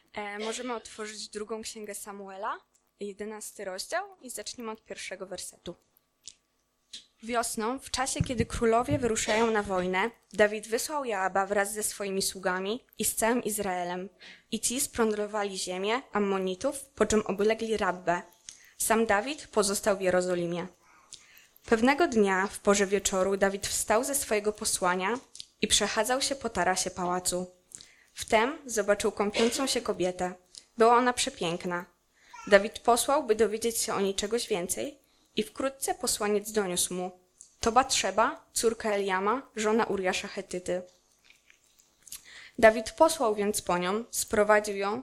Możemy otworzyć drugą księgę Samuela, 11 rozdział i zaczniemy od pierwszego wersetu. Wiosną, w czasie kiedy królowie wyruszają na wojnę, Dawid wysłał Joaba wraz ze swoimi sługami i z całym Izraelem. I ci splądrowali ziemię Ammonitów, po czym oblegli Rabbę. Sam Dawid pozostał w Jerozolimie. Pewnego dnia, w porze wieczoru, Dawid wstał ze swojego posłania i przechadzał się po tarasie pałacu. Wtem zobaczył kąpiącą się kobietę. Była ona przepiękna. Dawid posłał, by dowiedzieć się o niej czegoś więcej i wkrótce posłaniec doniósł mu: to Batrzeba, córka Eliama, żona Uriasza Chetyty. Dawid posłał więc po nią, sprowadził ją,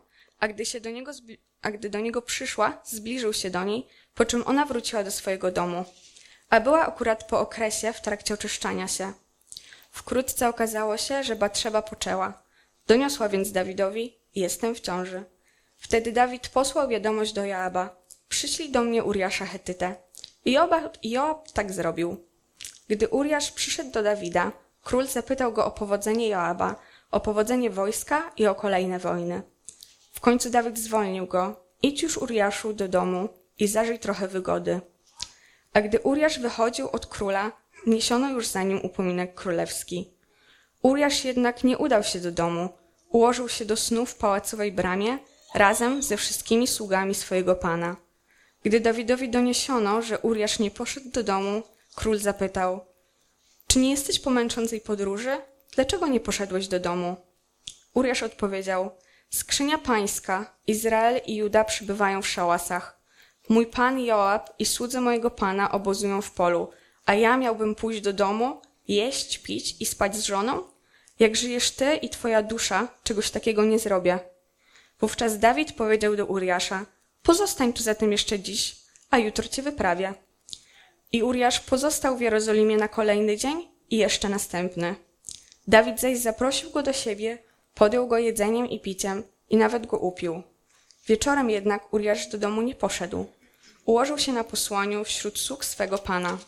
a gdy do niego przyszła, zbliżył się do niej, po czym ona wróciła do swojego domu. A była akurat po okresie w trakcie oczyszczania się. Wkrótce okazało się, że Batrzeba poczęła. Doniosła więc Dawidowi: jestem w ciąży. Wtedy Dawid posłał wiadomość do Joaba: przyślij do mnie Uriasza Chetytę. I Joab tak zrobił. Gdy Uriasz przyszedł do Dawida, król zapytał go o powodzenie Joaba, o powodzenie wojska i o kolejne wojny. W końcu Dawid zwolnił go: idź już, Uriaszu, do domu i zażyj trochę wygody. A gdy Uriasz wychodził od króla, niesiono już za nim upominek królewski. Uriasz jednak nie udał się do domu, ułożył się do snu w pałacowej bramie razem ze wszystkimi sługami swojego pana. Gdy Dawidowi doniesiono, że Uriasz nie poszedł do domu, król zapytał: czy nie jesteś po męczącej podróży? Dlaczego nie poszedłeś do domu? Uriasz odpowiedział: skrzynia pańska, Izrael i Juda przybywają w szałasach. Mój pan Joab i słudzy mojego pana obozują w polu, a ja miałbym pójść do domu, jeść, pić i spać z żoną? Jak żyjesz ty i twoja dusza, czegoś takiego nie zrobię. Wówczas Dawid powiedział do Uriasza: pozostań tu zatem jeszcze dziś, a jutro cię wyprawię. I Uriasz pozostał w Jerozolimie na kolejny dzień i jeszcze następny. Dawid zaś zaprosił go do siebie, podjął go jedzeniem i piciem i nawet go upił. Wieczorem jednak Uriasz do domu nie poszedł. Ułożył się na posłaniu wśród sług swego pana.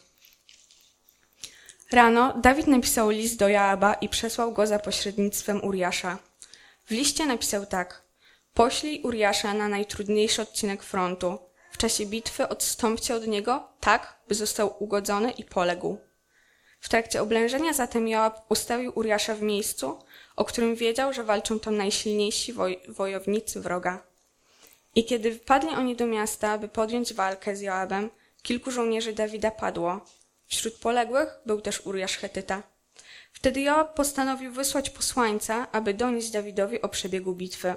Rano Dawid napisał list do Joaba i przesłał go za pośrednictwem Uriasza. W liście napisał tak: poślij Uriasza na najtrudniejszy odcinek frontu. W czasie bitwy odstąpcie od niego, tak, by został ugodzony i poległ. W trakcie oblężenia zatem Joab ustawił Uriasza w miejscu, o którym wiedział, że walczą tam najsilniejsi wojownicy wroga. I kiedy wpadli oni do miasta, by podjąć walkę z Joabem, kilku żołnierzy Dawida padło. Wśród poległych był też Uriasz Chetyta. Wtedy Joab postanowił wysłać posłańca, aby donieść Dawidowi o przebiegu bitwy.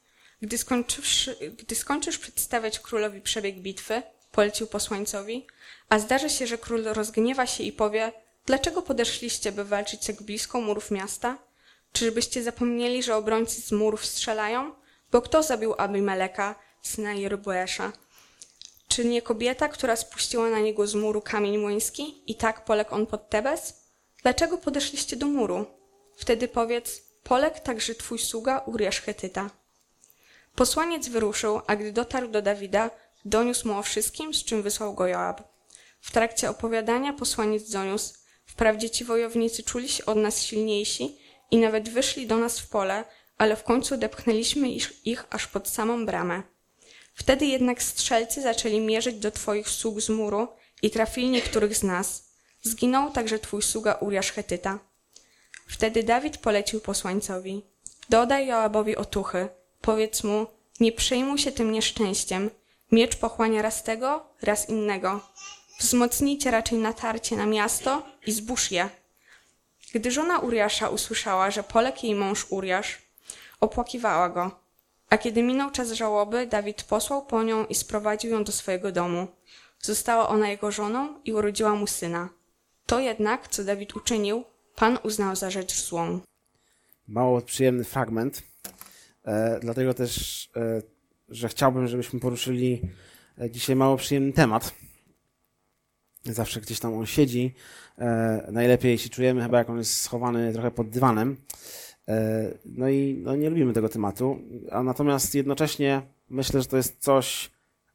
Gdy skończysz przedstawiać królowi przebieg bitwy, polecił posłańcowi, a zdarzy się, że król rozgniewa się i powie: dlaczego podeszliście, by walczyć tak blisko murów miasta? Czyżbyście zapomnieli, że obrońcy z murów strzelają? Bo kto zabił Abimeleka, syna Jerubesza? Czy nie kobieta, która spuściła na niego z muru kamień młyński i tak poległ on pod Tebes? Dlaczego podeszliście do muru? Wtedy powiedz: poległ także twój sługa Uriasz Chetyta. Posłaniec wyruszył, a gdy dotarł do Dawida, doniósł mu o wszystkim, z czym wysłał go Joab. W trakcie opowiadania posłaniec doniósł: wprawdzie ci wojownicy czuli się od nas silniejsi i nawet wyszli do nas w pole, ale w końcu odepchnęliśmy ich aż pod samą bramę. Wtedy jednak strzelcy zaczęli mierzyć do twoich sług z muru i trafili niektórych z nas. Zginął także twój sługa Uriasz Chetyta. Wtedy Dawid polecił posłańcowi: dodaj Joabowi otuchy. Powiedz mu: nie przejmuj się tym nieszczęściem. Miecz pochłania raz tego, raz innego. Wzmocnijcie raczej natarcie na miasto i zbóż je. Gdy żona Uriasza usłyszała, że poległ jej mąż Uriasz, opłakiwała go. A kiedy minął czas żałoby, Dawid posłał po nią i sprowadził ją do swojego domu. Została ona jego żoną i urodziła mu syna. To jednak, co Dawid uczynił, Pan uznał za rzecz złą. Mało przyjemny fragment, dlatego też, że chciałbym, żebyśmy poruszyli dzisiaj mało przyjemny temat. Zawsze gdzieś tam on siedzi. Najlepiej, jeśli czujemy chyba, jak on jest schowany trochę pod dywanem. No i nie lubimy tego tematu, a natomiast jednocześnie myślę, że to jest coś,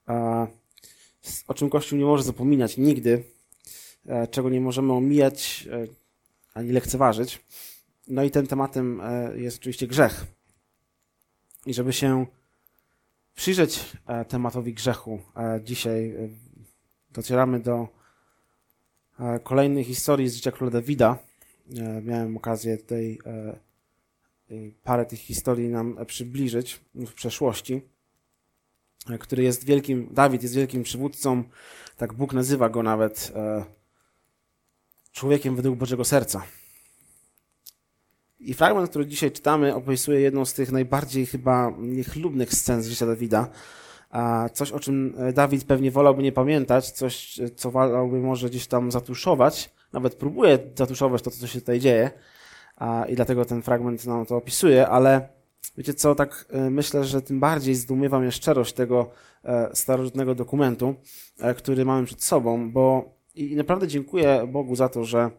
o czym Kościół nie może zapominać nigdy, czego nie możemy omijać ani lekceważyć. No i tym tematem jest oczywiście grzech. I żeby się przyjrzeć tematowi grzechu. Dzisiaj docieramy do kolejnej historii z życia króla Dawida. Miałem okazję tutaj parę tych historii nam przybliżyć w przeszłości, który jest Dawid jest wielkim przywódcą, tak Bóg nazywa go nawet człowiekiem według Bożego serca. I fragment, który dzisiaj czytamy, opisuje jedną z tych najbardziej chyba niechlubnych scen z życia Dawida. Coś, o czym Dawid pewnie wolałby nie pamiętać, coś, co wolałby może gdzieś tam zatuszować. Nawet próbuje zatuszować to, co się tutaj dzieje. I dlatego ten fragment nam to opisuje, ale wiecie co, tak myślę, że tym bardziej zdumiewa mnie szczerość tego starożytnego dokumentu, który mamy przed sobą, bo i naprawdę dziękuję Bogu za to, że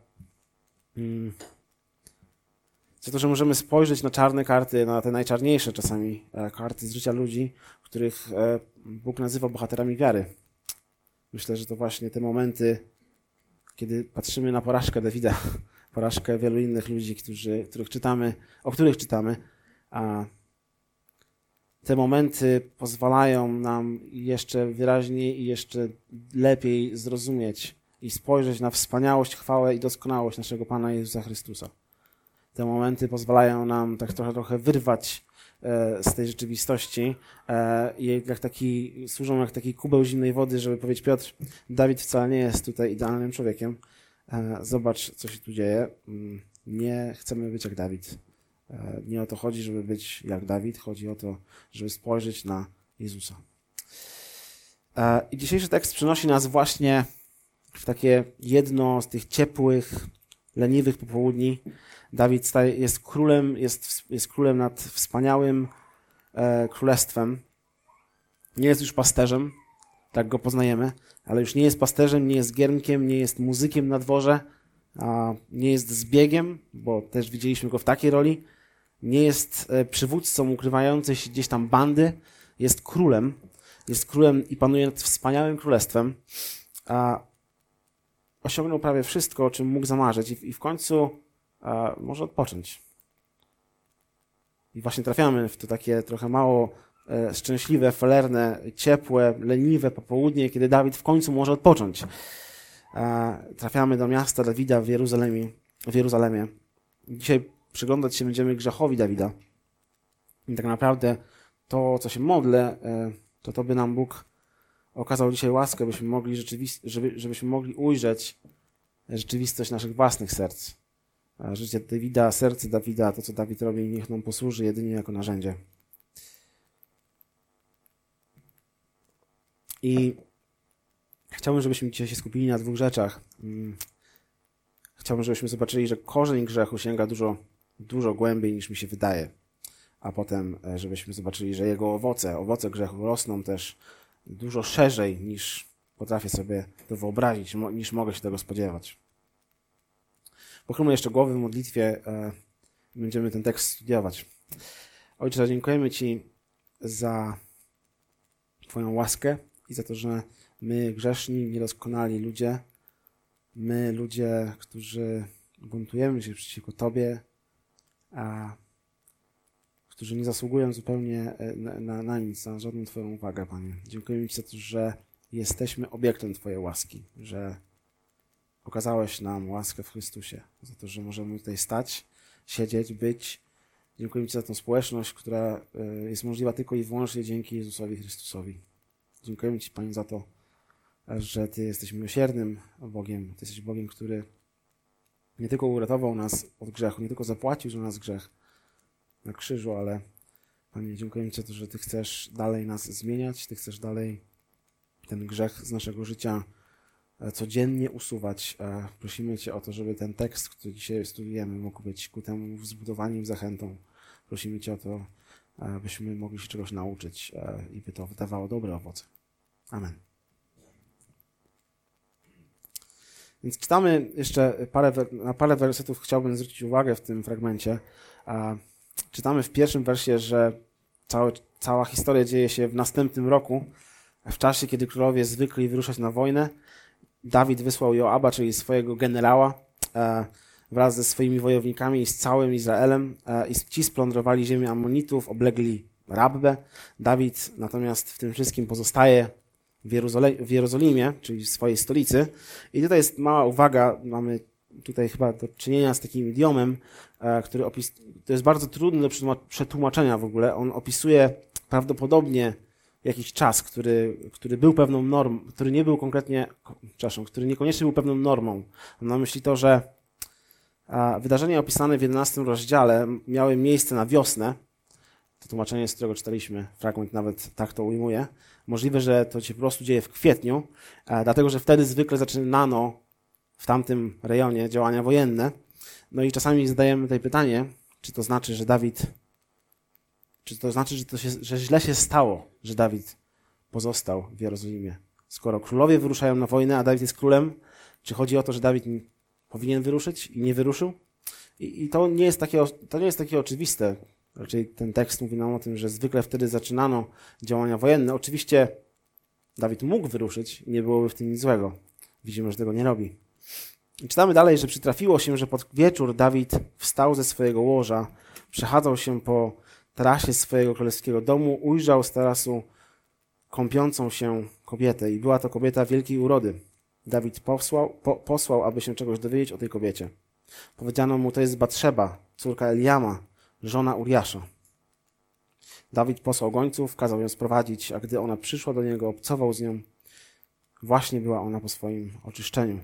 możemy spojrzeć na czarne karty, na te najczarniejsze czasami karty z życia ludzi, których Bóg nazywa bohaterami wiary. Myślę, że to właśnie te momenty, kiedy patrzymy na porażkę Dawida, porażkę wielu innych ludzi, o których czytamy, a te momenty pozwalają nam jeszcze wyraźniej i jeszcze lepiej zrozumieć i spojrzeć na wspaniałość, chwałę i doskonałość naszego Pana Jezusa Chrystusa. Te momenty pozwalają nam tak trochę wyrwać z tej rzeczywistości i służą jak taki kubeł zimnej wody, żeby powiedzieć: Piotr, Dawid wcale nie jest tutaj idealnym człowiekiem. Zobacz, co się tu dzieje. Nie chcemy być jak Dawid. Nie o to chodzi, żeby być jak Dawid. Chodzi o to, żeby spojrzeć na Jezusa. I dzisiejszy tekst przynosi nas właśnie w takie jedno z tych ciepłych, leniwych popołudni. Dawid jest królem nad wspaniałym królestwem. Nie jest już pasterzem, tak go poznajemy, ale już nie jest pasterzem, nie jest giermkiem, nie jest muzykiem na dworze, nie jest zbiegiem, bo też widzieliśmy go w takiej roli. Nie jest przywódcą ukrywającej się gdzieś tam bandy, jest królem i panuje nad wspaniałym królestwem. Osiągnął prawie wszystko, o czym mógł zamarzyć i w końcu może odpocząć. I właśnie trafiamy w to takie trochę mało szczęśliwe, felerne, ciepłe, leniwe popołudnie, kiedy Dawid w końcu może odpocząć. Trafiamy do miasta Dawida w Jeruzalemie. Dzisiaj przyglądać się będziemy grzechowi Dawida. I tak naprawdę to, co się modlę, to by nam Bóg okazał dzisiaj łaskę, żebyśmy mogli ujrzeć rzeczywistość naszych własnych serc. Życie Dawida, serce Dawida, to co Dawid robi, niech nam posłuży jedynie jako narzędzie. I chciałbym, żebyśmy dzisiaj się skupili na dwóch rzeczach. Chciałbym, żebyśmy zobaczyli, że korzeń grzechu sięga dużo, dużo głębiej niż mi się wydaje. A potem, żebyśmy zobaczyli, że jego owoce grzechu rosną też dużo szerzej niż potrafię sobie to wyobrazić, niż mogę się tego spodziewać. Pochylmy jeszcze głowy w modlitwie, będziemy ten tekst studiować. Ojcze, dziękujemy Ci za Twoją łaskę i za to, że my, grzeszni, niedoskonali ludzie, my, ludzie, którzy buntujemy się przeciwko Tobie, którzy nie zasługują zupełnie na nic, na żadną Twoją uwagę, Panie. Dziękujemy Ci za to, że jesteśmy obiektem Twojej łaski, że okazałeś nam łaskę w Chrystusie, za to, że możemy tutaj stać, siedzieć, być. Dziękujemy Ci za tę społeczność, która jest możliwa tylko i wyłącznie dzięki Jezusowi Chrystusowi. Dziękujemy Ci, Panie, za to, że Ty jesteś miłosiernym Bogiem. Ty jesteś Bogiem, który nie tylko uratował nas od grzechu, nie tylko zapłacił za nas grzech na krzyżu, ale Panie, dziękujemy Ci za to, że Ty chcesz dalej nas zmieniać, Ty chcesz dalej ten grzech z naszego życia codziennie usuwać. Prosimy Cię o to, żeby ten tekst, który dzisiaj studiujemy, mógł być ku temu wzbudowaniem, zachętą. Prosimy Cię o to, byśmy mogli się czegoś nauczyć i by to wydawało dobre owoce. Amen. Więc czytamy jeszcze na parę wersetów, chciałbym zwrócić uwagę w tym fragmencie. Czytamy w pierwszym wersie, że cała historia dzieje się w następnym roku, w czasie, kiedy królowie zwykli wyruszać na wojnę. Dawid wysłał Joaba, czyli swojego generała, wraz ze swoimi wojownikami i z całym Izraelem i ci splądrowali ziemię Amonitów, oblegli Rabbę. Dawid natomiast w tym wszystkim pozostaje w Jerozolimie, czyli w swojej stolicy. I tutaj jest mała uwaga, mamy tutaj chyba do czynienia z takim idiomem, który to jest bardzo trudny do przetłumaczenia w ogóle. On opisuje prawdopodobnie jakiś czas, który był pewną normą, który niekoniecznie był pewną normą. Mam na myśli to, że wydarzenia opisane w 11 rozdziale miały miejsce na wiosnę. To tłumaczenie, z którego czytaliśmy, fragment nawet tak to ujmuje. Możliwe, że to się po prostu dzieje w kwietniu, dlatego że wtedy zwykle zaczynano w tamtym rejonie działania wojenne. No i czasami zadajemy tutaj pytanie, czy to znaczy, że źle się stało, że Dawid pozostał w Jerozolimie. Skoro królowie wyruszają na wojnę, a Dawid jest królem, czy chodzi o to, że Dawid powinien wyruszyć i nie wyruszył? I to nie jest takie oczywiste. Raczej ten tekst mówi nam o tym, że zwykle wtedy zaczynano działania wojenne. Oczywiście Dawid mógł wyruszyć i nie byłoby w tym nic złego. Widzimy, że tego nie robi. I czytamy dalej, że przytrafiło się, że pod wieczór Dawid wstał ze swojego łoża, przechadzał się po tarasie swojego królewskiego domu, ujrzał z tarasu kąpiącą się kobietę i była to kobieta wielkiej urody. Dawid posłał, aby się czegoś dowiedzieć o tej kobiecie. Powiedziano mu, to jest Batszeba, córka Eliama, żona Uriasza. Dawid posłał gońców, kazał ją sprowadzić, a gdy ona przyszła do niego, obcował z nią. Właśnie była ona po swoim oczyszczeniu.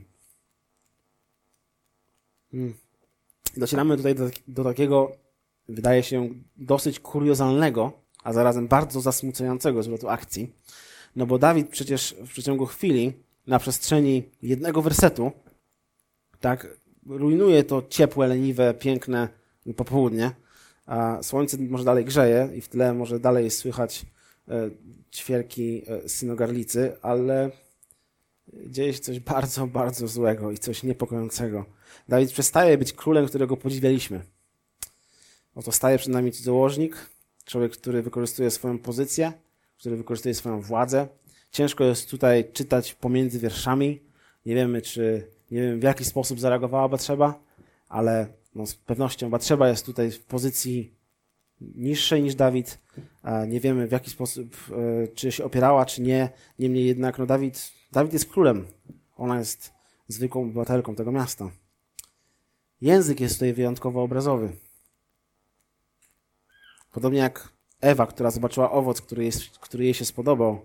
Docieramy tutaj do takiego, wydaje się, dosyć kuriozalnego, a zarazem bardzo zasmucającego zwrotu akcji. No bo Dawid przecież w przeciągu chwili, na przestrzeni jednego wersetu, tak, rujnuje to ciepłe, leniwe, piękne popołudnie, a słońce może dalej grzeje i w tle może dalej słychać ćwierki synogarlicy, ale dzieje się coś bardzo, bardzo złego i coś niepokojącego. Dawid przestaje być królem, którego podziwialiśmy. Oto staje przed nami cudzołożnik, człowiek, który wykorzystuje swoją pozycję, który wykorzystuje swoją władzę. Ciężko jest tutaj czytać pomiędzy wierszami. Nie wiem, w jaki sposób zareagowała Batszeba, ale z pewnością Batszeba jest tutaj w pozycji niższej niż Dawid. Nie wiemy, w jaki sposób, czy się opierała, czy nie. Niemniej jednak Dawid jest królem. Ona jest zwykłą obywatelką tego miasta. Język jest tutaj wyjątkowo obrazowy. Podobnie jak Ewa, która zobaczyła owoc, który jej się spodobał,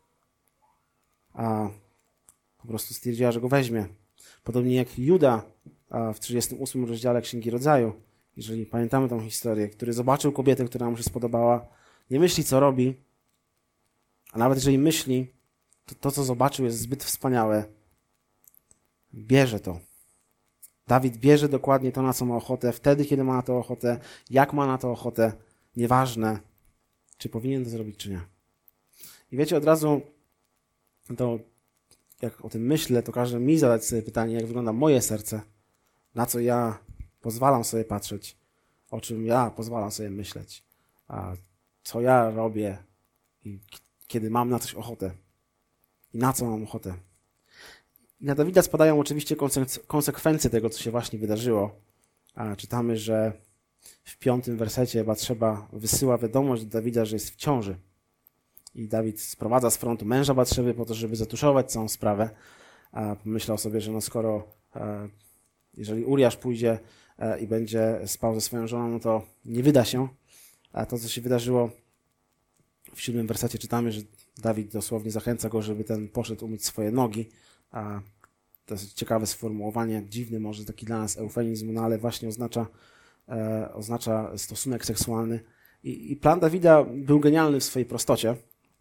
a po prostu stwierdziła, że go weźmie. Podobnie jak Juda w 38 rozdziale Księgi Rodzaju, jeżeli pamiętamy tą historię, który zobaczył kobietę, która mu się spodobała, nie myśli, co robi, a nawet jeżeli myśli, to co zobaczył, jest zbyt wspaniałe. Bierze to. Dawid bierze dokładnie to, na co ma ochotę, wtedy, kiedy ma na to ochotę, jak ma na to ochotę, nieważne, czy powinien to zrobić, czy nie. I wiecie, od razu, to jak o tym myślę, to każe mi zadać sobie pytanie, jak wygląda moje serce, na co ja pozwalam sobie patrzeć, o czym ja pozwalam sobie myśleć, a co ja robię i kiedy mam na coś ochotę i na co mam ochotę. I na Dawida spadają oczywiście konsekwencje tego, co się właśnie wydarzyło. Czytamy, że w 5 wersecie Batszeba wysyła wiadomość do Dawida, że jest w ciąży. I Dawid sprowadza z frontu męża Batszeby po to, żeby zatuszować całą sprawę. Pomyślał sobie, że jeżeli Uriasz pójdzie i będzie spał ze swoją żoną, no to nie wyda się. A to, co się wydarzyło w 7 wersecie, czytamy, że Dawid dosłownie zachęca go, żeby ten poszedł umyć swoje nogi. To jest ciekawe sformułowanie, dziwny może taki dla nas eufemizm, no ale właśnie oznacza stosunek seksualny. I plan Dawida był genialny w swojej prostocie,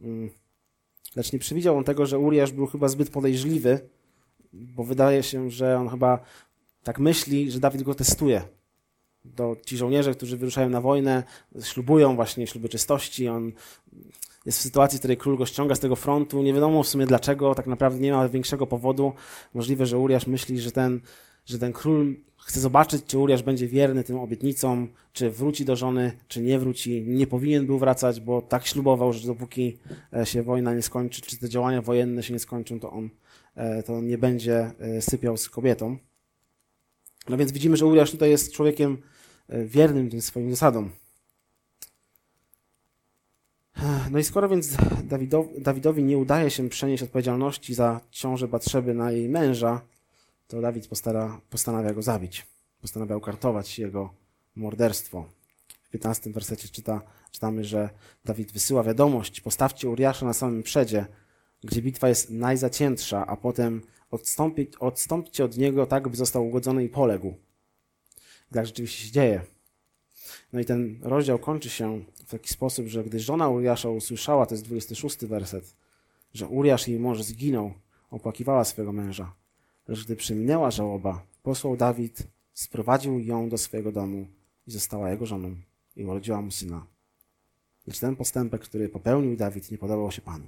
lecz nie przewidział on tego, że Uriasz był chyba zbyt podejrzliwy, bo wydaje się, że on chyba tak myśli, że Dawid go testuje. Ci żołnierze, którzy wyruszają na wojnę, ślubują właśnie śluby czystości. On jest w sytuacji, w której król go ściąga z tego frontu. Nie wiadomo w sumie dlaczego, tak naprawdę nie ma większego powodu. Możliwe, że Uriasz myśli, że ten król chce zobaczyć, czy Uriasz będzie wierny tym obietnicom, czy wróci do żony, czy nie wróci. Nie powinien był wracać, bo tak ślubował, że dopóki się wojna nie skończy, czy te działania wojenne się nie skończą, to on nie będzie sypiał z kobietą. No więc widzimy, że Uriasz tutaj jest człowiekiem wiernym tym swoim zasadom. No i skoro więc Dawidowi nie udaje się przenieść odpowiedzialności za ciążę Batszeby na jej męża, to Dawid postanawia go zabić. Postanawia ukartować jego morderstwo. W 15 wersecie czytamy, że Dawid wysyła wiadomość: postawcie Uriasza na samym przedzie, gdzie bitwa jest najzaciętsza, a potem odstąpcie od niego tak, by został ugodzony i poległ. I tak rzeczywiście się dzieje. No i ten rozdział kończy się w taki sposób, że gdy żona Uriasza usłyszała, to jest 26 werset, że Uriasz, jej mąż, zginął, opłakiwała swego męża. Lecz gdy przeminęła żałoba, posłał Dawid, sprowadził ją do swojego domu i została jego żoną i urodziła mu syna. Lecz ten postępek, który popełnił Dawid, nie podobał się Panu.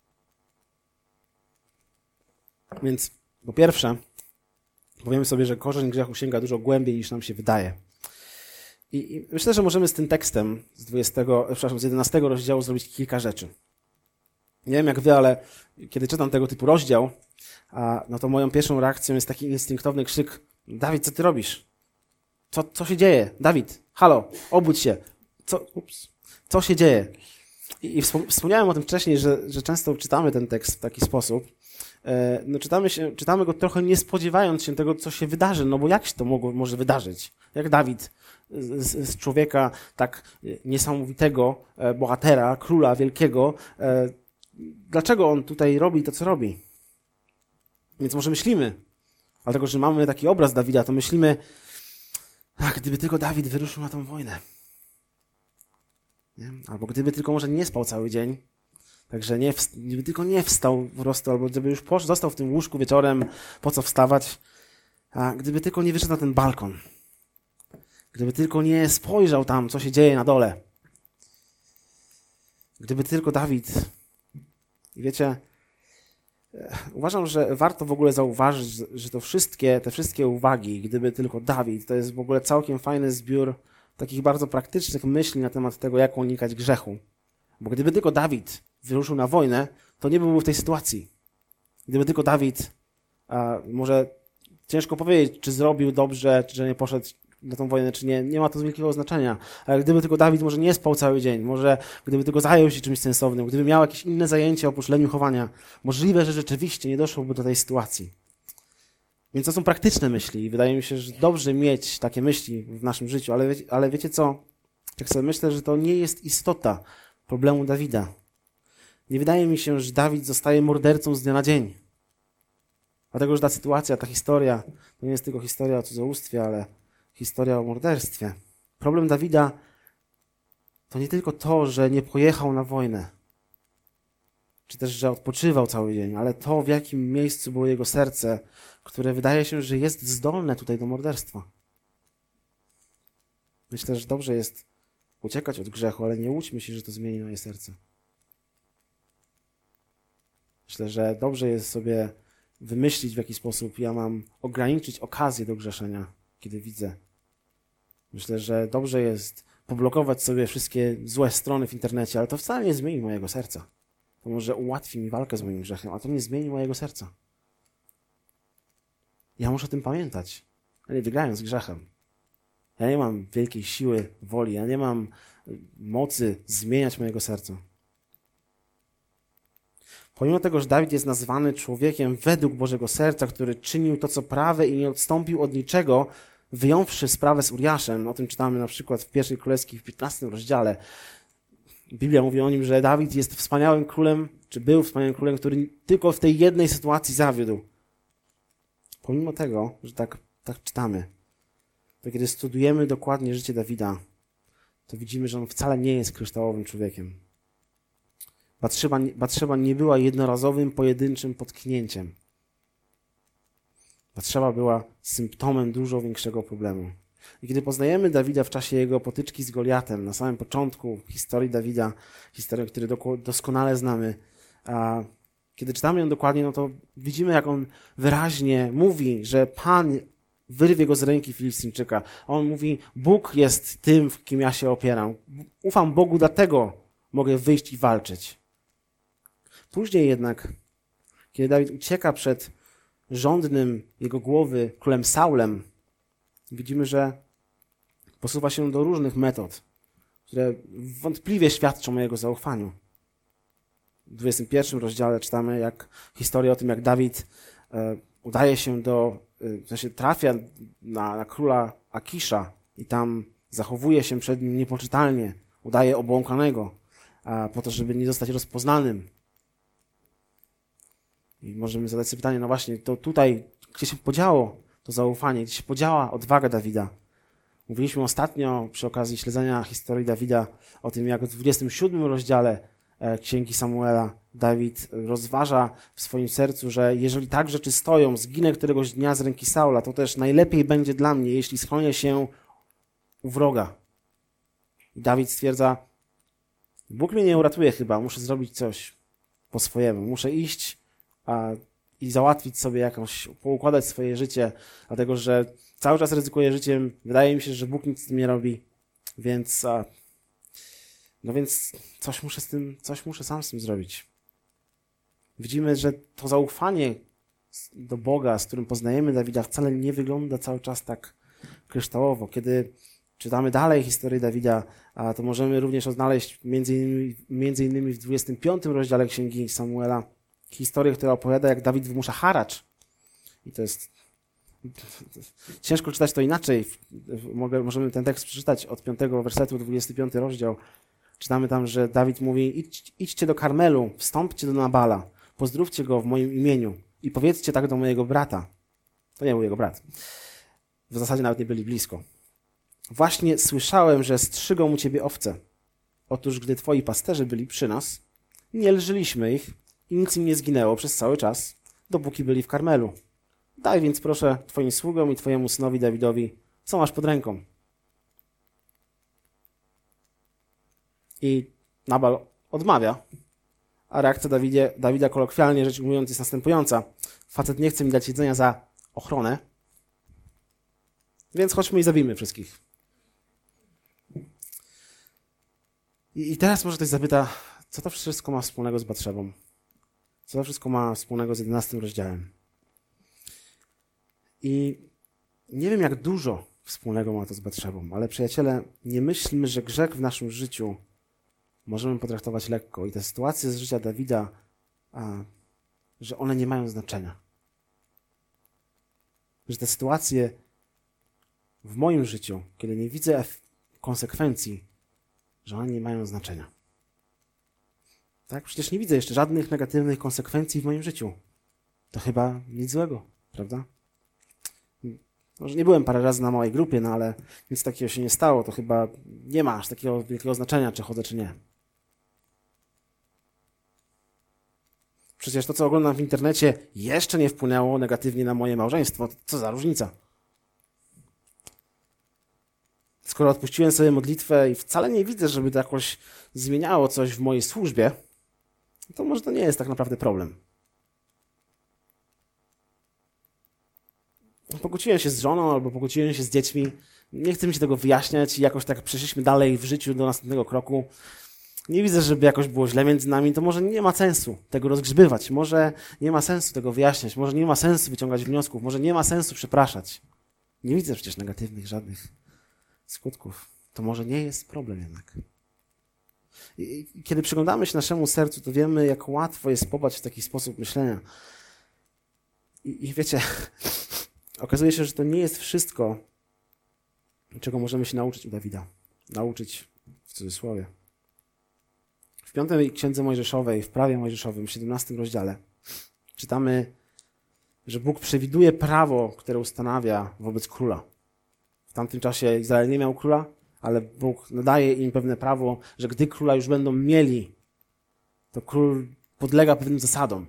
Więc po pierwsze, powiemy sobie, że korzeń grzechu sięga dużo głębiej niż nam się wydaje. I myślę, że możemy z tym tekstem z 11 rozdziału zrobić kilka rzeczy. Nie wiem jak wy, ale kiedy czytam tego typu rozdział, no to moją pierwszą reakcją jest taki instynktowny krzyk: Dawid, co ty robisz? Co się dzieje? Dawid, halo, obudź się. Co się dzieje? I wspomniałem o tym wcześniej, że często czytamy ten tekst w taki sposób. No czytamy go trochę nie spodziewając się tego, co się wydarzy, no bo jak się to może wydarzyć? Jak Dawid z człowieka tak niesamowitego, bohatera, króla wielkiego, dlaczego on tutaj robi to, co robi? Więc może myślimy, dlatego że mamy taki obraz Dawida, to myślimy, gdyby tylko Dawid wyruszył na tą wojnę. Nie? Albo gdyby tylko może nie spał cały dzień, także gdyby tylko nie wstał po prostu, albo gdyby już został w tym łóżku wieczorem, po co wstawać, a gdyby tylko nie wyszedł na ten balkon, gdyby tylko nie spojrzał tam, co się dzieje na dole, gdyby tylko Dawid. I wiecie, uważam, że warto w ogóle zauważyć, że te wszystkie uwagi, gdyby tylko Dawid, to jest w ogóle całkiem fajny zbiór takich bardzo praktycznych myśli na temat tego, jak unikać grzechu. Bo gdyby tylko Dawid wyruszył na wojnę, to nie byłby w tej sytuacji. Gdyby tylko Dawid, może ciężko powiedzieć, czy zrobił dobrze, czy że nie poszedł na tą wojnę, czy nie, nie ma to wielkiego znaczenia. Ale gdyby tylko Dawid może nie spał cały dzień, może gdyby tylko zajął się czymś sensownym, gdyby miał jakieś inne zajęcie oprócz leniuchowania, możliwe, że rzeczywiście nie doszłoby do tej sytuacji. Więc to są praktyczne myśli i wydaje mi się, że dobrze mieć takie myśli w naszym życiu, ale wiecie co? Tak sobie myślę, że to nie jest istota problemu Dawida. Nie wydaje mi się, że Dawid zostaje mordercą z dnia na dzień. Dlatego, że ta sytuacja, ta historia, to nie jest tylko historia o cudzołóstwie, ale historia o morderstwie. Problem Dawida to nie tylko to, że nie pojechał na wojnę, czy też, że odpoczywał cały dzień, ale to, w jakim miejscu było jego serce, które wydaje się, że jest zdolne tutaj do morderstwa. Myślę, że dobrze jest uciekać od grzechu, ale nie łudźmy się, że to zmieni moje serce. Myślę, że dobrze jest sobie wymyślić, w jaki sposób ja mam ograniczyć okazję do grzeszenia, kiedy widzę. Myślę, że dobrze jest poblokować sobie wszystkie złe strony w internecie, ale to wcale nie zmieni mojego serca. To może ułatwi mi walkę z moim grzechem, a to nie zmieni mojego serca. Ja muszę o tym pamiętać. Ja nie wygrałem z grzechem. Ja nie mam wielkiej siły woli, ja nie mam mocy zmieniać mojego serca. Pomimo tego, że Dawid jest nazwany człowiekiem według Bożego serca, który czynił to, co prawe i nie odstąpił od niczego, wyjąwszy sprawę z Uriaszem, o tym czytamy na przykład w 1 Królewskiej w 15 rozdziale. Biblia mówi o nim, że Dawid jest wspaniałym królem, czy był wspaniałym królem, który tylko w tej jednej sytuacji zawiódł. Pomimo tego, że tak czytamy, to kiedy studujemy dokładnie życie Dawida, to widzimy, że on wcale nie jest kryształowym człowiekiem. Batszeba nie była jednorazowym, pojedynczym potknięciem. Batszeba była symptomem dużo większego problemu. I kiedy poznajemy Dawida w czasie jego potyczki z Goliatem, na samym początku historii Dawida, historię, którą doskonale znamy, a kiedy czytamy ją dokładnie, no to widzimy, jak on wyraźnie mówi, że Pan wyrwie go z ręki Filistyńczyka. On mówi, Bóg jest tym, w kim ja się opieram. Ufam Bogu, dlatego mogę wyjść i walczyć. Później jednak, kiedy Dawid ucieka przed rządnym jego głowy królem Saulem, widzimy, że posuwa się do różnych metod, które wątpliwie świadczą o jego zaufaniu. W 21 rozdziale czytamy historię o tym, jak Dawid udaje się trafia na króla Akisza i tam zachowuje się przed nim niepoczytalnie, udaje obłąkanego, po to, żeby nie zostać rozpoznanym. I możemy zadać sobie pytanie, no właśnie, to tutaj, gdzie się podziało to zaufanie, gdzie się podziała odwaga Dawida? Mówiliśmy ostatnio przy okazji śledzenia historii Dawida o tym, jak w 27 rozdziale Księgi Samuela Dawid rozważa w swoim sercu, że jeżeli tak rzeczy stoją, zginę któregoś dnia z ręki Saula, to też najlepiej będzie dla mnie, jeśli schronię się u wroga. I Dawid stwierdza, Bóg mnie nie uratuje chyba, muszę zrobić coś po swojemu, muszę iść i załatwić sobie poukładać swoje życie, dlatego że cały czas ryzykuję życiem, wydaje mi się, że Bóg nic z tym nie robi, więc coś muszę sam z tym zrobić. Widzimy, że to zaufanie do Boga, z którym poznajemy Dawida, wcale nie wygląda cały czas tak kryształowo. Kiedy czytamy dalej historię Dawida, to możemy również odnaleźć między innymi w 25 rozdziale Księgi Samuela historię, która opowiada, jak Dawid wymusza haracz. I to jest ciężko czytać to inaczej. Możemy ten tekst przeczytać od 5 wersetu, 25 rozdział. Czytamy tam, że Dawid mówi, idźcie do Karmelu, wstąpcie do Nabala, pozdrówcie go w moim imieniu i powiedzcie tak do mojego brata. To nie był jego brat. W zasadzie nawet nie byli blisko. Właśnie słyszałem, że strzygą u ciebie owce. Otóż, gdy twoi pasterze byli przy nas, nie lżyliśmy ich i nic im nie zginęło przez cały czas, dopóki byli w Karmelu. Daj więc proszę twoim sługom i twojemu synowi Dawidowi, co masz pod ręką. I Nabal odmawia, a reakcja Dawida kolokwialnie rzecz ujmując jest następująca. Facet nie chce mi dać jedzenia za ochronę, więc chodźmy i zabijmy wszystkich. I teraz może ktoś zapyta, co to wszystko ma wspólnego z Batszebą? Co to wszystko ma wspólnego z 11 rozdziałem? I nie wiem, jak dużo wspólnego ma to z Batszebą, ale przyjaciele, nie myślmy, że grzech w naszym życiu możemy potraktować lekko. I te sytuacje z życia Dawida, że one nie mają znaczenia. Że te sytuacje w moim życiu, kiedy nie widzę konsekwencji, że one nie mają znaczenia. Tak? Przecież nie widzę jeszcze żadnych negatywnych konsekwencji w moim życiu. To chyba nic złego, prawda? Może nie byłem parę razy na małej grupie, no ale nic takiego się nie stało. To chyba nie ma aż takiego wielkiego znaczenia, czy chodzę, czy nie. Przecież to, co oglądam w internecie, jeszcze nie wpłynęło negatywnie na moje małżeństwo. Co za różnica? Skoro odpuściłem sobie modlitwę i wcale nie widzę, żeby to jakoś zmieniało coś w mojej służbie, to może to nie jest tak naprawdę problem. Pokłóciłem się z żoną albo pokłóciłem się z dziećmi. Nie chcę mi się tego wyjaśniać i jakoś tak przeszliśmy dalej w życiu do następnego kroku. Nie widzę, żeby jakoś było źle między nami, to może nie ma sensu tego rozgrzebywać, może nie ma sensu tego wyjaśniać, może nie ma sensu wyciągać wniosków, może nie ma sensu przepraszać. Nie widzę przecież negatywnych żadnych skutków. To może nie jest problem jednak. I kiedy przyglądamy się naszemu sercu, to wiemy, jak łatwo jest popaść w taki sposób myślenia. I wiecie, okazuje się, że to nie jest wszystko, czego możemy się nauczyć u Dawida. Nauczyć w cudzysłowie. W 5 Księdze Mojżeszowej, w prawie mojżeszowym, w 17 rozdziale czytamy, że Bóg przewiduje prawo, które ustanawia wobec króla. W tamtym czasie Izrael nie miał króla, ale Bóg nadaje im pewne prawo, że gdy króla już będą mieli, to król podlega pewnym zasadom.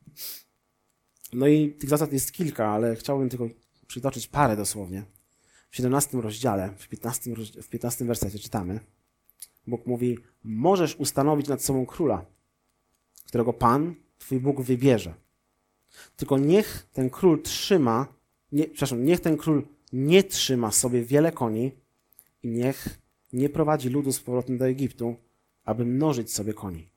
No i tych zasad jest kilka, ale chciałbym tylko przytoczyć parę dosłownie. W 17 rozdziale, w 15 wersecie czytamy, Bóg mówi, możesz ustanowić nad sobą króla, którego Pan, twój Bóg wybierze. Tylko niech ten król nie trzyma sobie wiele koni i niech nie prowadzi ludu z powrotem do Egiptu, aby mnożyć sobie koni.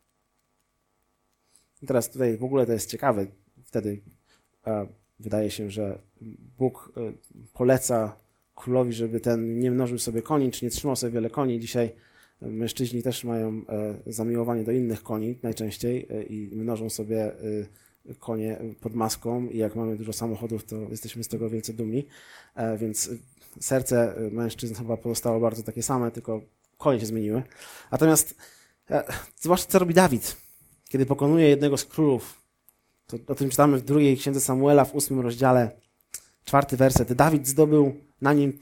I teraz tutaj w ogóle to jest ciekawe. Wtedy wydaje się, że Bóg poleca królowi, żeby ten nie mnożył sobie koni, czy nie trzymał sobie wiele koni. Dzisiaj Mężczyźni też mają zamiłowanie do innych koni najczęściej i mnożą sobie konie pod maską i jak mamy dużo samochodów, to jesteśmy z tego wielce dumni, więc serce mężczyzn chyba pozostało bardzo takie same, tylko konie się zmieniły. Natomiast zobaczcie, co robi Dawid, kiedy pokonuje jednego z królów. To o tym czytamy w 2 księdze Samuela w 8 rozdziale, 4 werset. Dawid zdobył na nim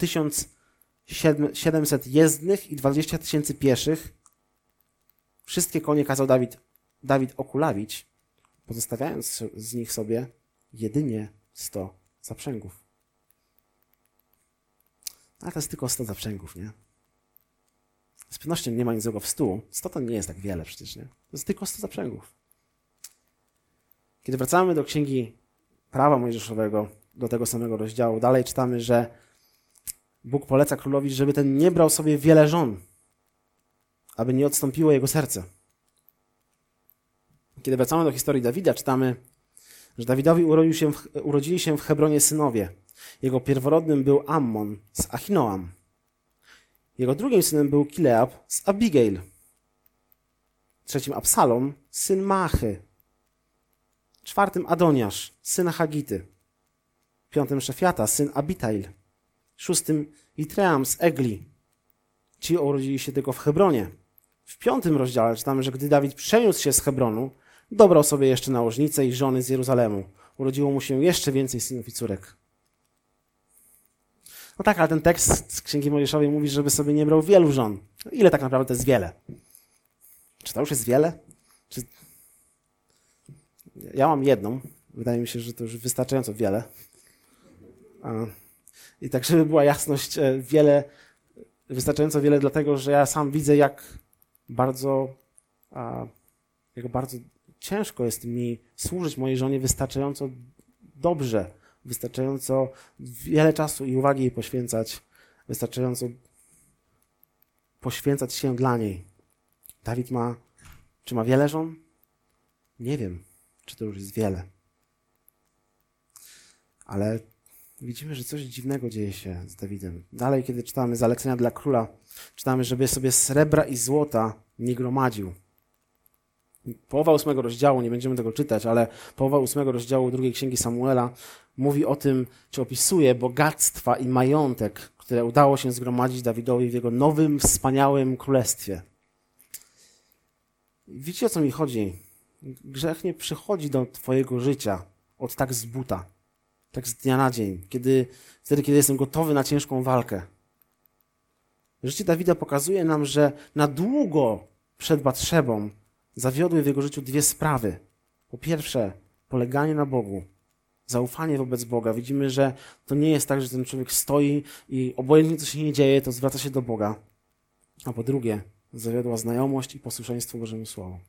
1700 jezdnych i 20 000 pieszych. Wszystkie konie kazał Dawid okulawić, pozostawiając z nich sobie jedynie 100 zaprzęgów. Ale to jest tylko 100 zaprzęgów, nie? Z pewnością nie ma nic złego w 100. 100 to nie jest tak wiele przecież, nie? To jest tylko 100 zaprzęgów. Kiedy wracamy do Księgi Prawa Mojżeszowego, do tego samego rozdziału, dalej czytamy, że Bóg poleca królowi, żeby ten nie brał sobie wiele żon, aby nie odstąpiło jego serce. Kiedy wracamy do historii Dawida, czytamy, że Dawidowi urodzili się w Hebronie synowie. Jego pierworodnym był Ammon z Achinoam. Jego drugim synem był Kileab z Abigail. Trzecim Absalom, syn Maachy. Czwartym Adoniasz, syn Hagity. Piątym Szefiata, syn Abitail. Szóstym Itream z Egli. Ci urodzili się tylko w Hebronie. W 5 rozdziale czytamy, że gdy Dawid przeniósł się z Hebronu, dobrał sobie jeszcze nałożnicę i żony z Jeruzalemu. Urodziło mu się jeszcze więcej synów i córek. No tak, ale ten tekst z Księgi Mojżeszowej mówi, żeby sobie nie brał wielu żon. Ile tak naprawdę to jest wiele? Czy to już jest wiele? Ja mam jedną. Wydaje mi się, że to już wystarczająco wiele. I tak, żeby była jasność, wystarczająco wiele dlatego, że ja sam widzę, jak bardzo ciężko jest mi służyć mojej żonie wystarczająco dobrze, wystarczająco wiele czasu i uwagi jej poświęcać, wystarczająco poświęcać się dla niej. Dawid czy ma wiele żon? Nie wiem, czy to już jest wiele. Ale widzimy, że coś dziwnego dzieje się z Dawidem. Dalej, kiedy czytamy zalecenia dla króla, czytamy, żeby sobie srebra i złota nie gromadził. Połowa 8 rozdziału, nie będziemy tego czytać, ale połowa 8 rozdziału 2 Księgi Samuela mówi o tym, czy opisuje bogactwa i majątek, które udało się zgromadzić Dawidowi w jego nowym, wspaniałym królestwie. Widzicie, o co mi chodzi? Grzech nie przychodzi do twojego życia od tak z buta, tak z dnia na dzień, wtedy, kiedy jestem gotowy na ciężką walkę. Życie Dawida pokazuje nam, że na długo przed Batszebą zawiodły w jego życiu 2 sprawy. Po pierwsze, poleganie na Bogu, zaufanie wobec Boga. Widzimy, że to nie jest tak, że ten człowiek stoi i obojętnie co się nie dzieje, to zwraca się do Boga. A po drugie, zawiodła znajomość i posłuszeństwo Bożemu Słowu.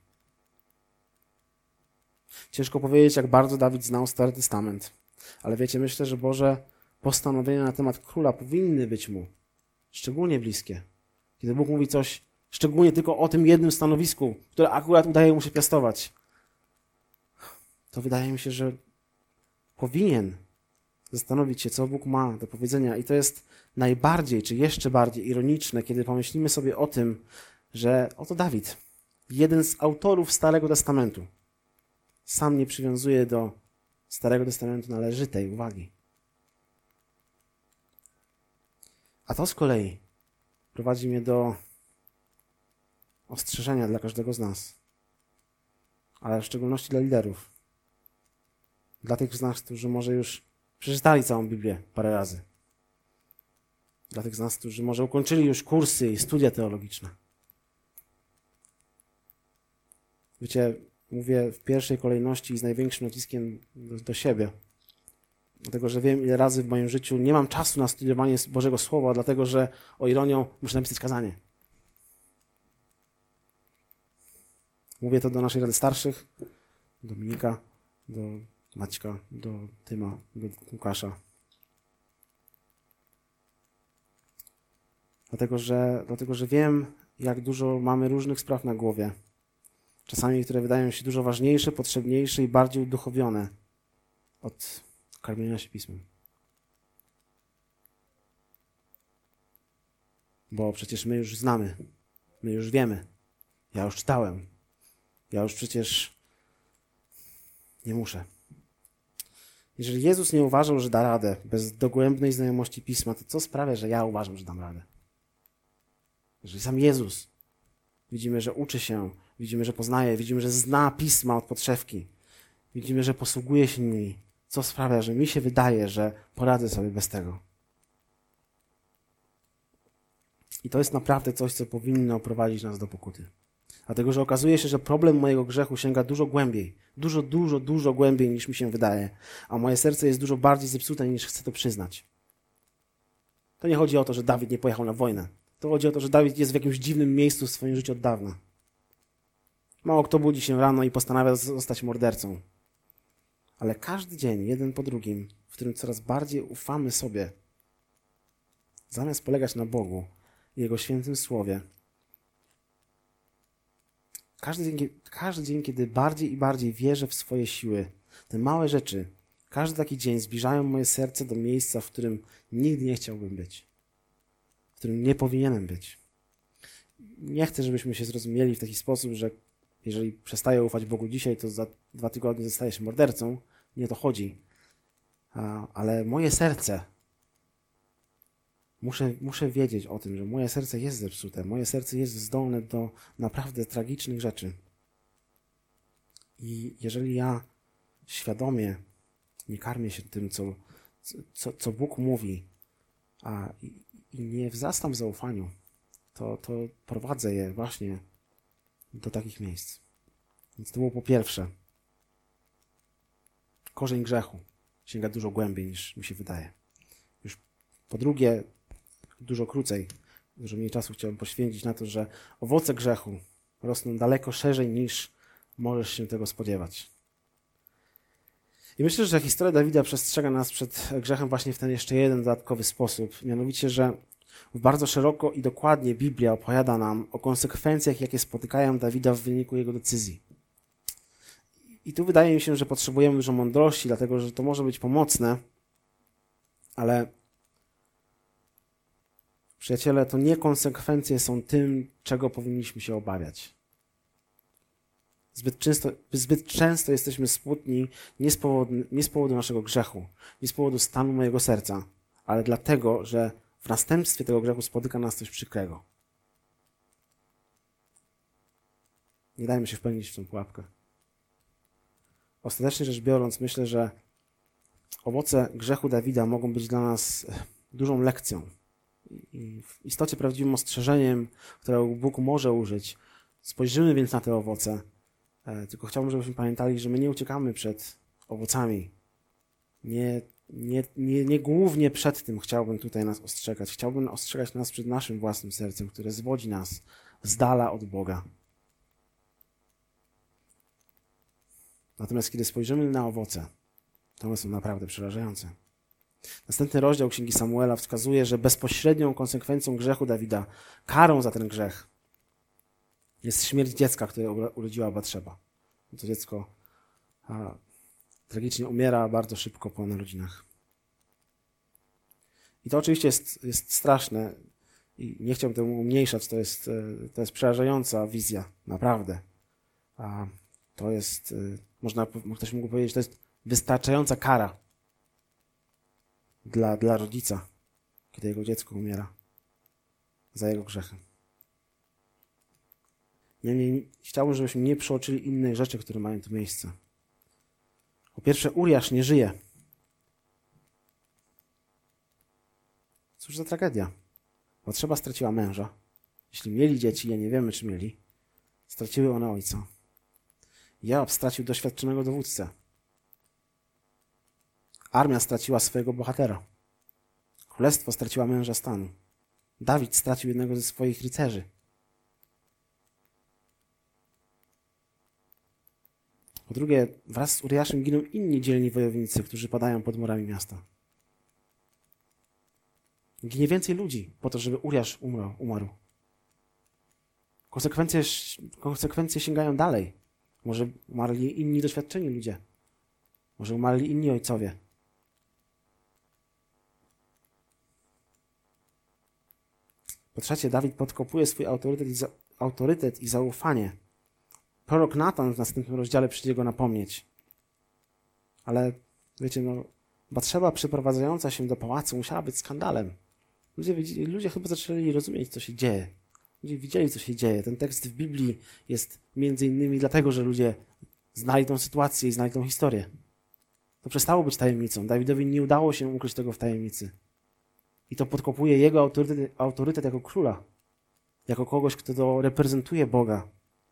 Ciężko powiedzieć, jak bardzo Dawid znał Stary Testament. Ale wiecie, myślę, że Boże postanowienia na temat króla powinny być mu szczególnie bliskie. Kiedy Bóg mówi coś szczególnie tylko o tym jednym stanowisku, które akurat udaje mu się piastować, to wydaje mi się, że powinien zastanowić się, co Bóg ma do powiedzenia. I to jest najbardziej, czy jeszcze bardziej ironiczne, kiedy pomyślimy sobie o tym, że oto Dawid, jeden z autorów Starego Testamentu, sam nie przywiązuje do Starego Testamentu należytej uwagi. A to z kolei prowadzi mnie do ostrzeżenia dla każdego z nas, ale w szczególności dla liderów. Dla tych z nas, którzy może już przeczytali całą Biblię parę razy. Dla tych z nas, którzy może ukończyli już kursy i studia teologiczne. Wiecie, mówię w pierwszej kolejności i z największym naciskiem do siebie. Dlatego, że wiem, ile razy w moim życiu nie mam czasu na studiowanie Bożego Słowa, dlatego, że o ironią muszę napisać kazanie. Mówię to do naszej Rady Starszych, do Dominika, do Maćka, do Tyma, do Łukasza. Dlatego, że wiem, jak dużo mamy różnych spraw na głowie. Czasami, które wydają się dużo ważniejsze, potrzebniejsze i bardziej uduchowione od karmienia się Pismem. Bo przecież my już znamy My już wiemy. Ja już czytałem. Ja już przecież nie muszę. Jeżeli Jezus nie uważał, że da radę bez dogłębnej znajomości Pisma, to co sprawia, że ja uważam, że dam radę? Jeżeli sam Jezus widzimy, że uczy się, widzimy, że poznaje, widzimy, że zna Pisma od podszewki, widzimy, że posługuje się nimi, co sprawia, że mi się wydaje, że poradzę sobie bez tego. I to jest naprawdę coś, co powinno prowadzić nas do pokuty. Dlatego, że okazuje się, że problem mojego grzechu sięga dużo głębiej. Dużo głębiej niż mi się wydaje. A moje serce jest dużo bardziej zepsute niż chcę to przyznać. To nie chodzi o to, że Dawid nie pojechał na wojnę. To chodzi o to, że Dawid jest w jakimś dziwnym miejscu w swoim życiu od dawna. Mało kto budzi się rano i postanawia zostać mordercą. Ale każdy dzień, jeden po drugim, w którym coraz bardziej ufamy sobie, zamiast polegać na Bogu i Jego świętym Słowie, każdy dzień, kiedy bardziej i bardziej wierzę w swoje siły, te małe rzeczy, każdy taki dzień zbliżają moje serce do miejsca, w którym nigdy nie chciałbym być, w którym nie powinienem być. Nie chcę, żebyśmy się zrozumieli w taki sposób, że jeżeli przestaję ufać Bogu dzisiaj, to za 2 tygodnie zostaję się mordercą. Nie o to chodzi. Ale moje serce, muszę wiedzieć o tym, że moje serce jest zepsute, moje serce jest zdolne do naprawdę tragicznych rzeczy. I jeżeli ja świadomie nie karmię się tym, co Bóg mówi, i nie wzrastam w zaufaniu, to prowadzę je właśnie do takich miejsc. Więc to było po pierwsze. Korzeń grzechu sięga dużo głębiej niż mi się wydaje. Już po drugie, dużo krócej, dużo mniej czasu chciałbym poświęcić na to, że owoce grzechu rosną daleko szerzej niż możesz się tego spodziewać. I myślę, że historia Dawida przestrzega nas przed grzechem właśnie w ten jeszcze jeden dodatkowy sposób. Mianowicie, że bardzo szeroko i dokładnie Biblia opowiada nam o konsekwencjach, jakie spotykają Dawida w wyniku jego decyzji. I tu wydaje mi się, że potrzebujemy dużo mądrości, dlatego że to może być pomocne, ale przyjaciele, to nie konsekwencje są tym, czego powinniśmy się obawiać. Zbyt często jesteśmy smutni nie z powodu naszego grzechu, nie z powodu stanu mojego serca, ale dlatego, że w następstwie tego grzechu spotyka nas coś przykrego. Nie dajmy się wpędzić w tą pułapkę. Ostatecznie rzecz biorąc, myślę, że owoce grzechu Dawida mogą być dla nas dużą lekcją i w istocie prawdziwym ostrzeżeniem, którego Bóg może użyć. Spojrzymy więc na te owoce, tylko chciałbym, żebyśmy pamiętali, że my nie uciekamy przed owocami. Nie głównie przed tym chciałbym tutaj nas ostrzegać. Chciałbym ostrzegać nas przed naszym własnym sercem, które zwodzi nas z dala od Boga. Natomiast kiedy spojrzymy na owoce, to one są naprawdę przerażające. Następny rozdział Księgi Samuela wskazuje, że bezpośrednią konsekwencją grzechu Dawida, karą za ten grzech, jest śmierć dziecka, które urodziła Batszeba. To dziecko tragicznie umiera bardzo szybko po narodzinach. I to oczywiście jest straszne i nie chciałbym temu umniejszać, to jest przerażająca wizja, naprawdę. To jest, ktoś mógł powiedzieć, to jest wystarczająca kara dla rodzica, kiedy jego dziecko umiera za jego grzechy. Niemniej chciałbym, żebyśmy nie przeoczyli innych rzeczy, które mają tu miejsce. Po pierwsze, Uriasz nie żyje. Cóż za tragedia. Batszeba straciła męża. Jeśli mieli dzieci, ja nie wiemy, czy mieli, straciły one ojca. Joab stracił doświadczonego dowódcę. Armia straciła swojego bohatera. Królestwo straciła męża stanu. Dawid stracił jednego ze swoich rycerzy. Po drugie, wraz z Uriaszem giną inni dzielni wojownicy, którzy padają pod murami miasta. Ginie więcej ludzi po to, żeby Uriasz umarł. Konsekwencje sięgają dalej. Może umarli inni doświadczeni ludzie. Może umarli inni ojcowie. Po trzecie, Dawid podkopuje swój autorytet autorytet i zaufanie. Prorok Natan w następnym rozdziale przyjdzie go napomnieć. Ale wiecie, Batszeba przyprowadzająca się do pałacu musiała być skandalem. Ludzie chyba zaczęli rozumieć, co się dzieje. Ludzie widzieli, co się dzieje. Ten tekst w Biblii jest między innymi dlatego, że ludzie znali tą sytuację i znali tą historię. To przestało być tajemnicą. Dawidowi nie udało się ukryć tego w tajemnicy. I to podkopuje jego autorytet jako króla. Jako kogoś, kto reprezentuje Boga.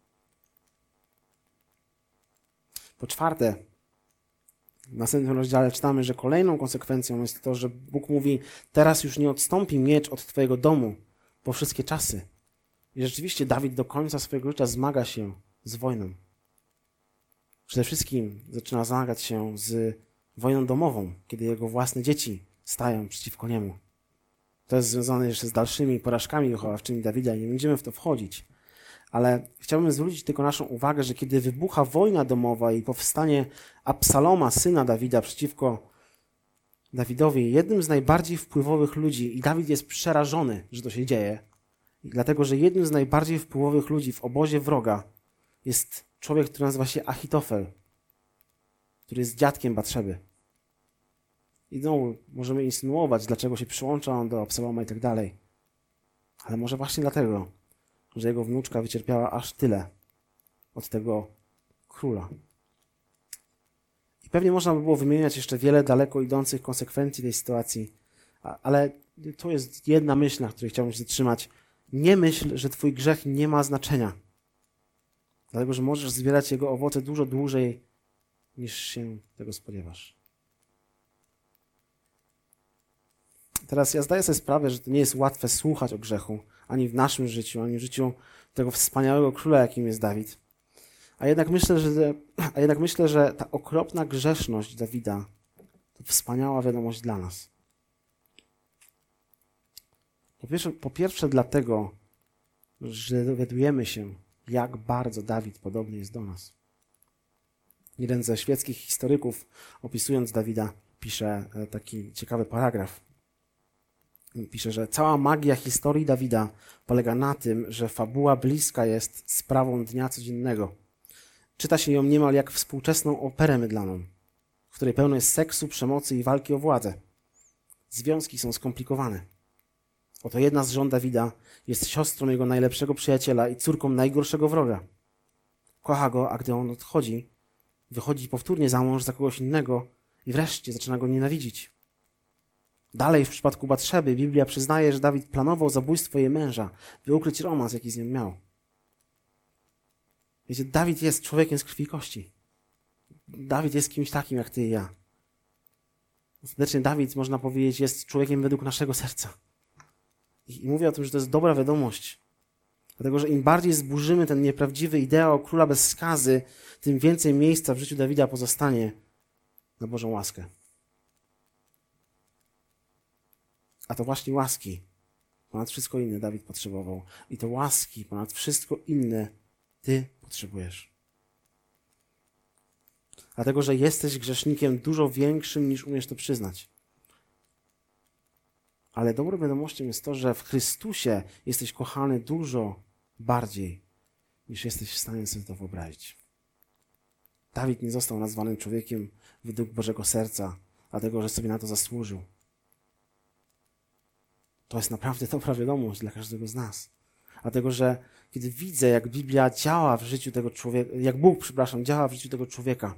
Po czwarte, w następnym rozdziale czytamy, że kolejną konsekwencją jest to, że Bóg mówi: teraz już nie odstąpi miecz od twojego domu po wszystkie czasy. I rzeczywiście Dawid do końca swojego życia zmaga się z wojną. Przede wszystkim zaczyna zmagać się z wojną domową, kiedy jego własne dzieci stają przeciwko niemu. To jest związane jeszcze z dalszymi porażkami wychowawczymi Dawida i nie będziemy w to wchodzić. Ale chciałbym zwrócić tylko naszą uwagę, że kiedy wybucha wojna domowa i powstanie Absaloma, syna Dawida, przeciwko Dawidowi, jednym z najbardziej wpływowych ludzi, i Dawid jest przerażony, że to się dzieje, dlatego że jednym z najbardziej wpływowych ludzi w obozie wroga jest człowiek, który nazywa się Achitofel, który jest dziadkiem Batszeby. I znowu możemy insynuować, dlaczego się przyłącza on do Absaloma i tak dalej. Ale może właśnie dlatego, że jego wnuczka wycierpiała aż tyle od tego króla. I pewnie można by było wymieniać jeszcze wiele daleko idących konsekwencji tej sytuacji, ale to jest jedna myśl, na której chciałbym się zatrzymać. Nie myśl, że twój grzech nie ma znaczenia, dlatego że możesz zbierać jego owoce dużo dłużej, niż się tego spodziewasz. Teraz ja zdaję sobie sprawę, że to nie jest łatwe słuchać o grzechu, ani w naszym życiu, ani w życiu tego wspaniałego króla, jakim jest Dawid. A jednak myślę, że ta okropna grzeszność Dawida to wspaniała wiadomość dla nas. Po pierwsze dlatego, że dowiadujemy się, jak bardzo Dawid podobny jest do nas. Jeden ze świeckich historyków, opisując Dawida, pisze taki ciekawy paragraf. Pisze, że cała magia historii Dawida polega na tym, że fabuła bliska jest sprawą dnia codziennego. Czyta się ją niemal jak współczesną operę mydlaną, w której pełno jest seksu, przemocy i walki o władzę. Związki są skomplikowane. Oto jedna z żon Dawida jest siostrą jego najlepszego przyjaciela i córką najgorszego wroga. Kocha go, a gdy on odchodzi, wychodzi powtórnie za mąż za kogoś innego i wreszcie zaczyna go nienawidzić. Dalej w przypadku Batszeby Biblia przyznaje, że Dawid planował zabójstwo jej męża, by ukryć romans, jaki z nią miał. Wiecie, Dawid jest człowiekiem z krwi i kości. Dawid jest kimś takim jak ty i ja. Ostatecznie Dawid, można powiedzieć, jest człowiekiem według naszego serca. I mówię o tym, że to jest dobra wiadomość. Dlatego, że im bardziej zburzymy ten nieprawdziwy ideał króla bez skazy, tym więcej miejsca w życiu Dawida pozostanie na Bożą łaskę. A to właśnie łaski ponad wszystko inne Dawid potrzebował. I to łaski ponad wszystko inne ty potrzebujesz. Dlatego, że jesteś grzesznikiem dużo większym, niż umiesz to przyznać. Ale dobrą wiadomością jest to, że w Chrystusie jesteś kochany dużo bardziej, niż jesteś w stanie sobie to wyobrazić. Dawid nie został nazwanym człowiekiem według Bożego serca, dlatego, że sobie na to zasłużył. To jest naprawdę dobra wiadomość dla każdego z nas. Dlatego, że kiedy widzę, jak Biblia działa w życiu tego człowieka, jak Bóg, działa w życiu tego człowieka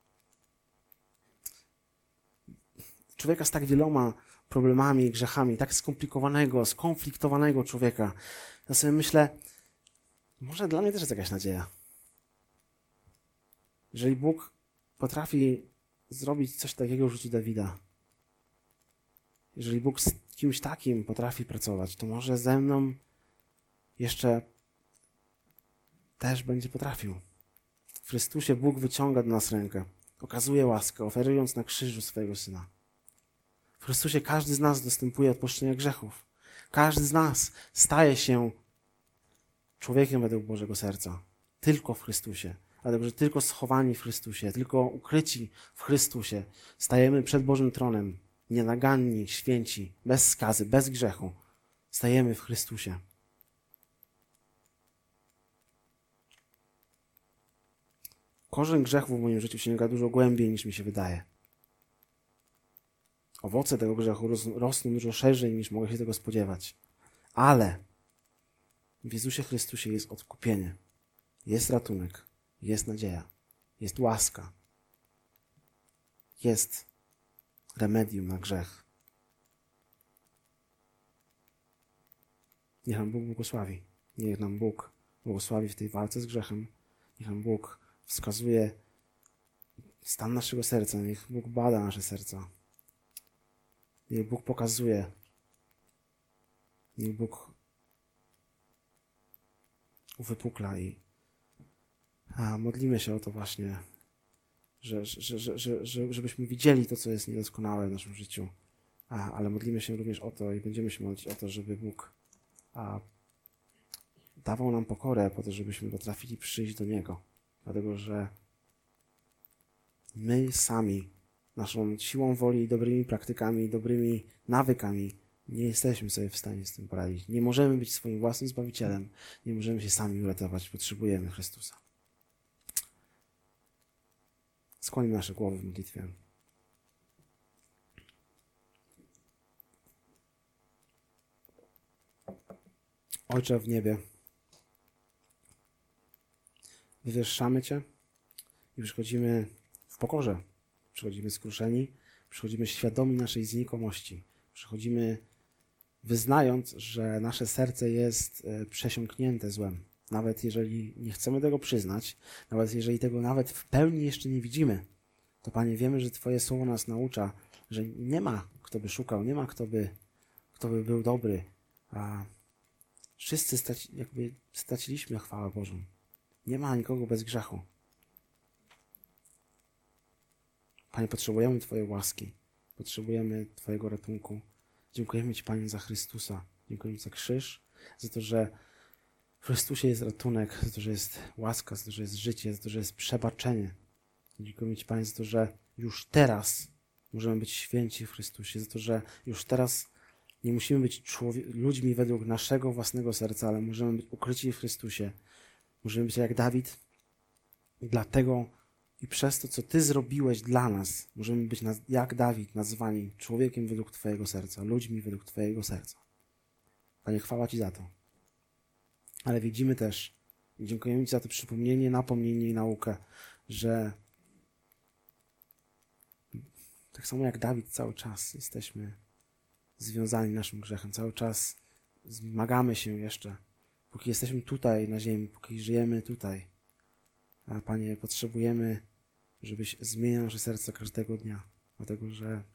z tak wieloma problemami, grzechami, tak skomplikowanego, skonfliktowanego człowieka, ja sobie myślę, może dla mnie też jest jakaś nadzieja. Jeżeli Bóg potrafi zrobić coś takiego w życiu Dawida, jeżeli Bóg z kimś takim potrafi pracować, to może ze mną jeszcze też będzie potrafił. W Chrystusie Bóg wyciąga do nas rękę, okazuje łaskę, oferując na krzyżu swojego Syna. W Chrystusie każdy z nas dostępuje odpuszczenia grzechów. Każdy z nas staje się człowiekiem według Bożego serca. Tylko w Chrystusie. Dlatego, że tylko schowani w Chrystusie, tylko ukryci w Chrystusie stajemy przed Bożym tronem. Nienaganni, święci, bez skazy, bez grzechu. Stajemy w Chrystusie. korzeń grzechu w moim życiu sięga dużo głębiej niż mi się wydaje. Owoce tego grzechu rosną dużo szerzej niż mogę się tego spodziewać. Ale w Jezusie Chrystusie jest odkupienie, jest ratunek, jest nadzieja, jest łaska, jest remedium na grzech. Niech nam Bóg błogosławi. Niech nam Bóg błogosławi w tej walce z grzechem. Niech nam Bóg wskazuje stan naszego serca. Niech Bóg bada nasze serca. Niech Bóg pokazuje. Niech Bóg uwypukla i modlimy się o to właśnie, żebyśmy widzieli to, co jest niedoskonałe w naszym życiu. Ale modlimy się również o to i będziemy się modlić o to, żeby Bóg dawał nam pokorę po to, żebyśmy potrafili przyjść do Niego. Dlatego, że my sami, naszą siłą woli, dobrymi praktykami, dobrymi nawykami nie jesteśmy sobie w stanie z tym poradzić. Nie możemy być swoim własnym Zbawicielem. Nie możemy się sami uratować. Potrzebujemy Chrystusa. Skłonimy nasze głowy w modlitwie. Ojcze w niebie, wywyższamy Cię i przychodzimy w pokorze. Przychodzimy skruszeni, przychodzimy świadomi naszej znikomości. Przychodzimy wyznając, że nasze serce jest przesiąknięte złem. Nawet jeżeli nie chcemy tego przyznać, nawet jeżeli tego nawet w pełni jeszcze nie widzimy, to Panie, wiemy, że Twoje słowo nas naucza, że nie ma kto by szukał, nie ma kto by był dobry. A wszyscy straciliśmy chwałę Bożą. Nie ma nikogo bez grzechu. Panie, potrzebujemy Twojej łaski. Potrzebujemy Twojego ratunku. Dziękujemy Ci, Panie, za Chrystusa. Dziękujemy Ci za krzyż, za to, że w Chrystusie jest ratunek, za to, że jest łaska, za to, że jest życie, za to, że jest przebaczenie. Dziękujemy Ci, Panie, za to, że już teraz możemy być święci w Chrystusie, za to, że już teraz nie musimy być ludźmi według naszego własnego serca, ale możemy być ukryci w Chrystusie. Możemy być jak Dawid. Dlatego i przez to, co Ty zrobiłeś dla nas, możemy być jak Dawid nazwani człowiekiem według Twojego serca, ludźmi według Twojego serca. Panie, chwała Ci za to. Ale widzimy też i dziękujemy Ci za to przypomnienie, napomnienie i naukę, że tak samo jak Dawid cały czas jesteśmy związani naszym grzechem. Cały czas zmagamy się jeszcze, póki jesteśmy tutaj na ziemi, póki żyjemy tutaj. A Panie, potrzebujemy, żebyś zmieniał nasze serca każdego dnia, dlatego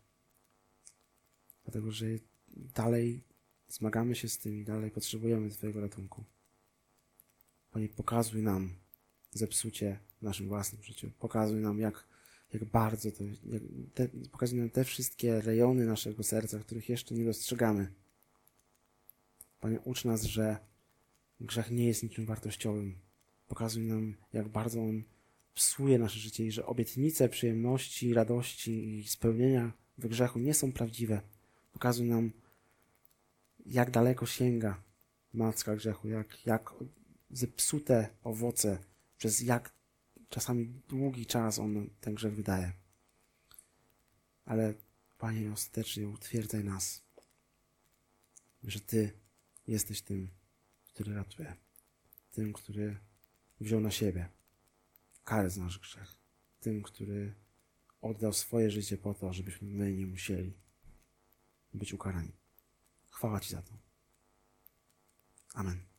że dalej zmagamy się z tym i dalej potrzebujemy Twojego ratunku. Panie, pokazuj nam zepsucie w naszym własnym życiu. Pokazuj nam, jak bardzo to, pokazuj nam te wszystkie rejony naszego serca, których jeszcze nie dostrzegamy. Panie, ucz nas, że grzech nie jest niczym wartościowym. Pokazuj nam, jak bardzo on psuje nasze życie i że obietnice przyjemności, radości i spełnienia w grzechu nie są prawdziwe. Pokazuj nam, jak daleko sięga macka grzechu, jak zepsute owoce, przez jak czasami długi czas on ten grzech wydaje. Ale Panie, ostatecznie utwierdzaj nas, że Ty jesteś tym, który ratuje. Tym, który wziął na siebie karę za nasz grzech. Tym, który oddał swoje życie po to, żebyśmy my nie musieli być ukarani. Chwała Ci za to. Amen.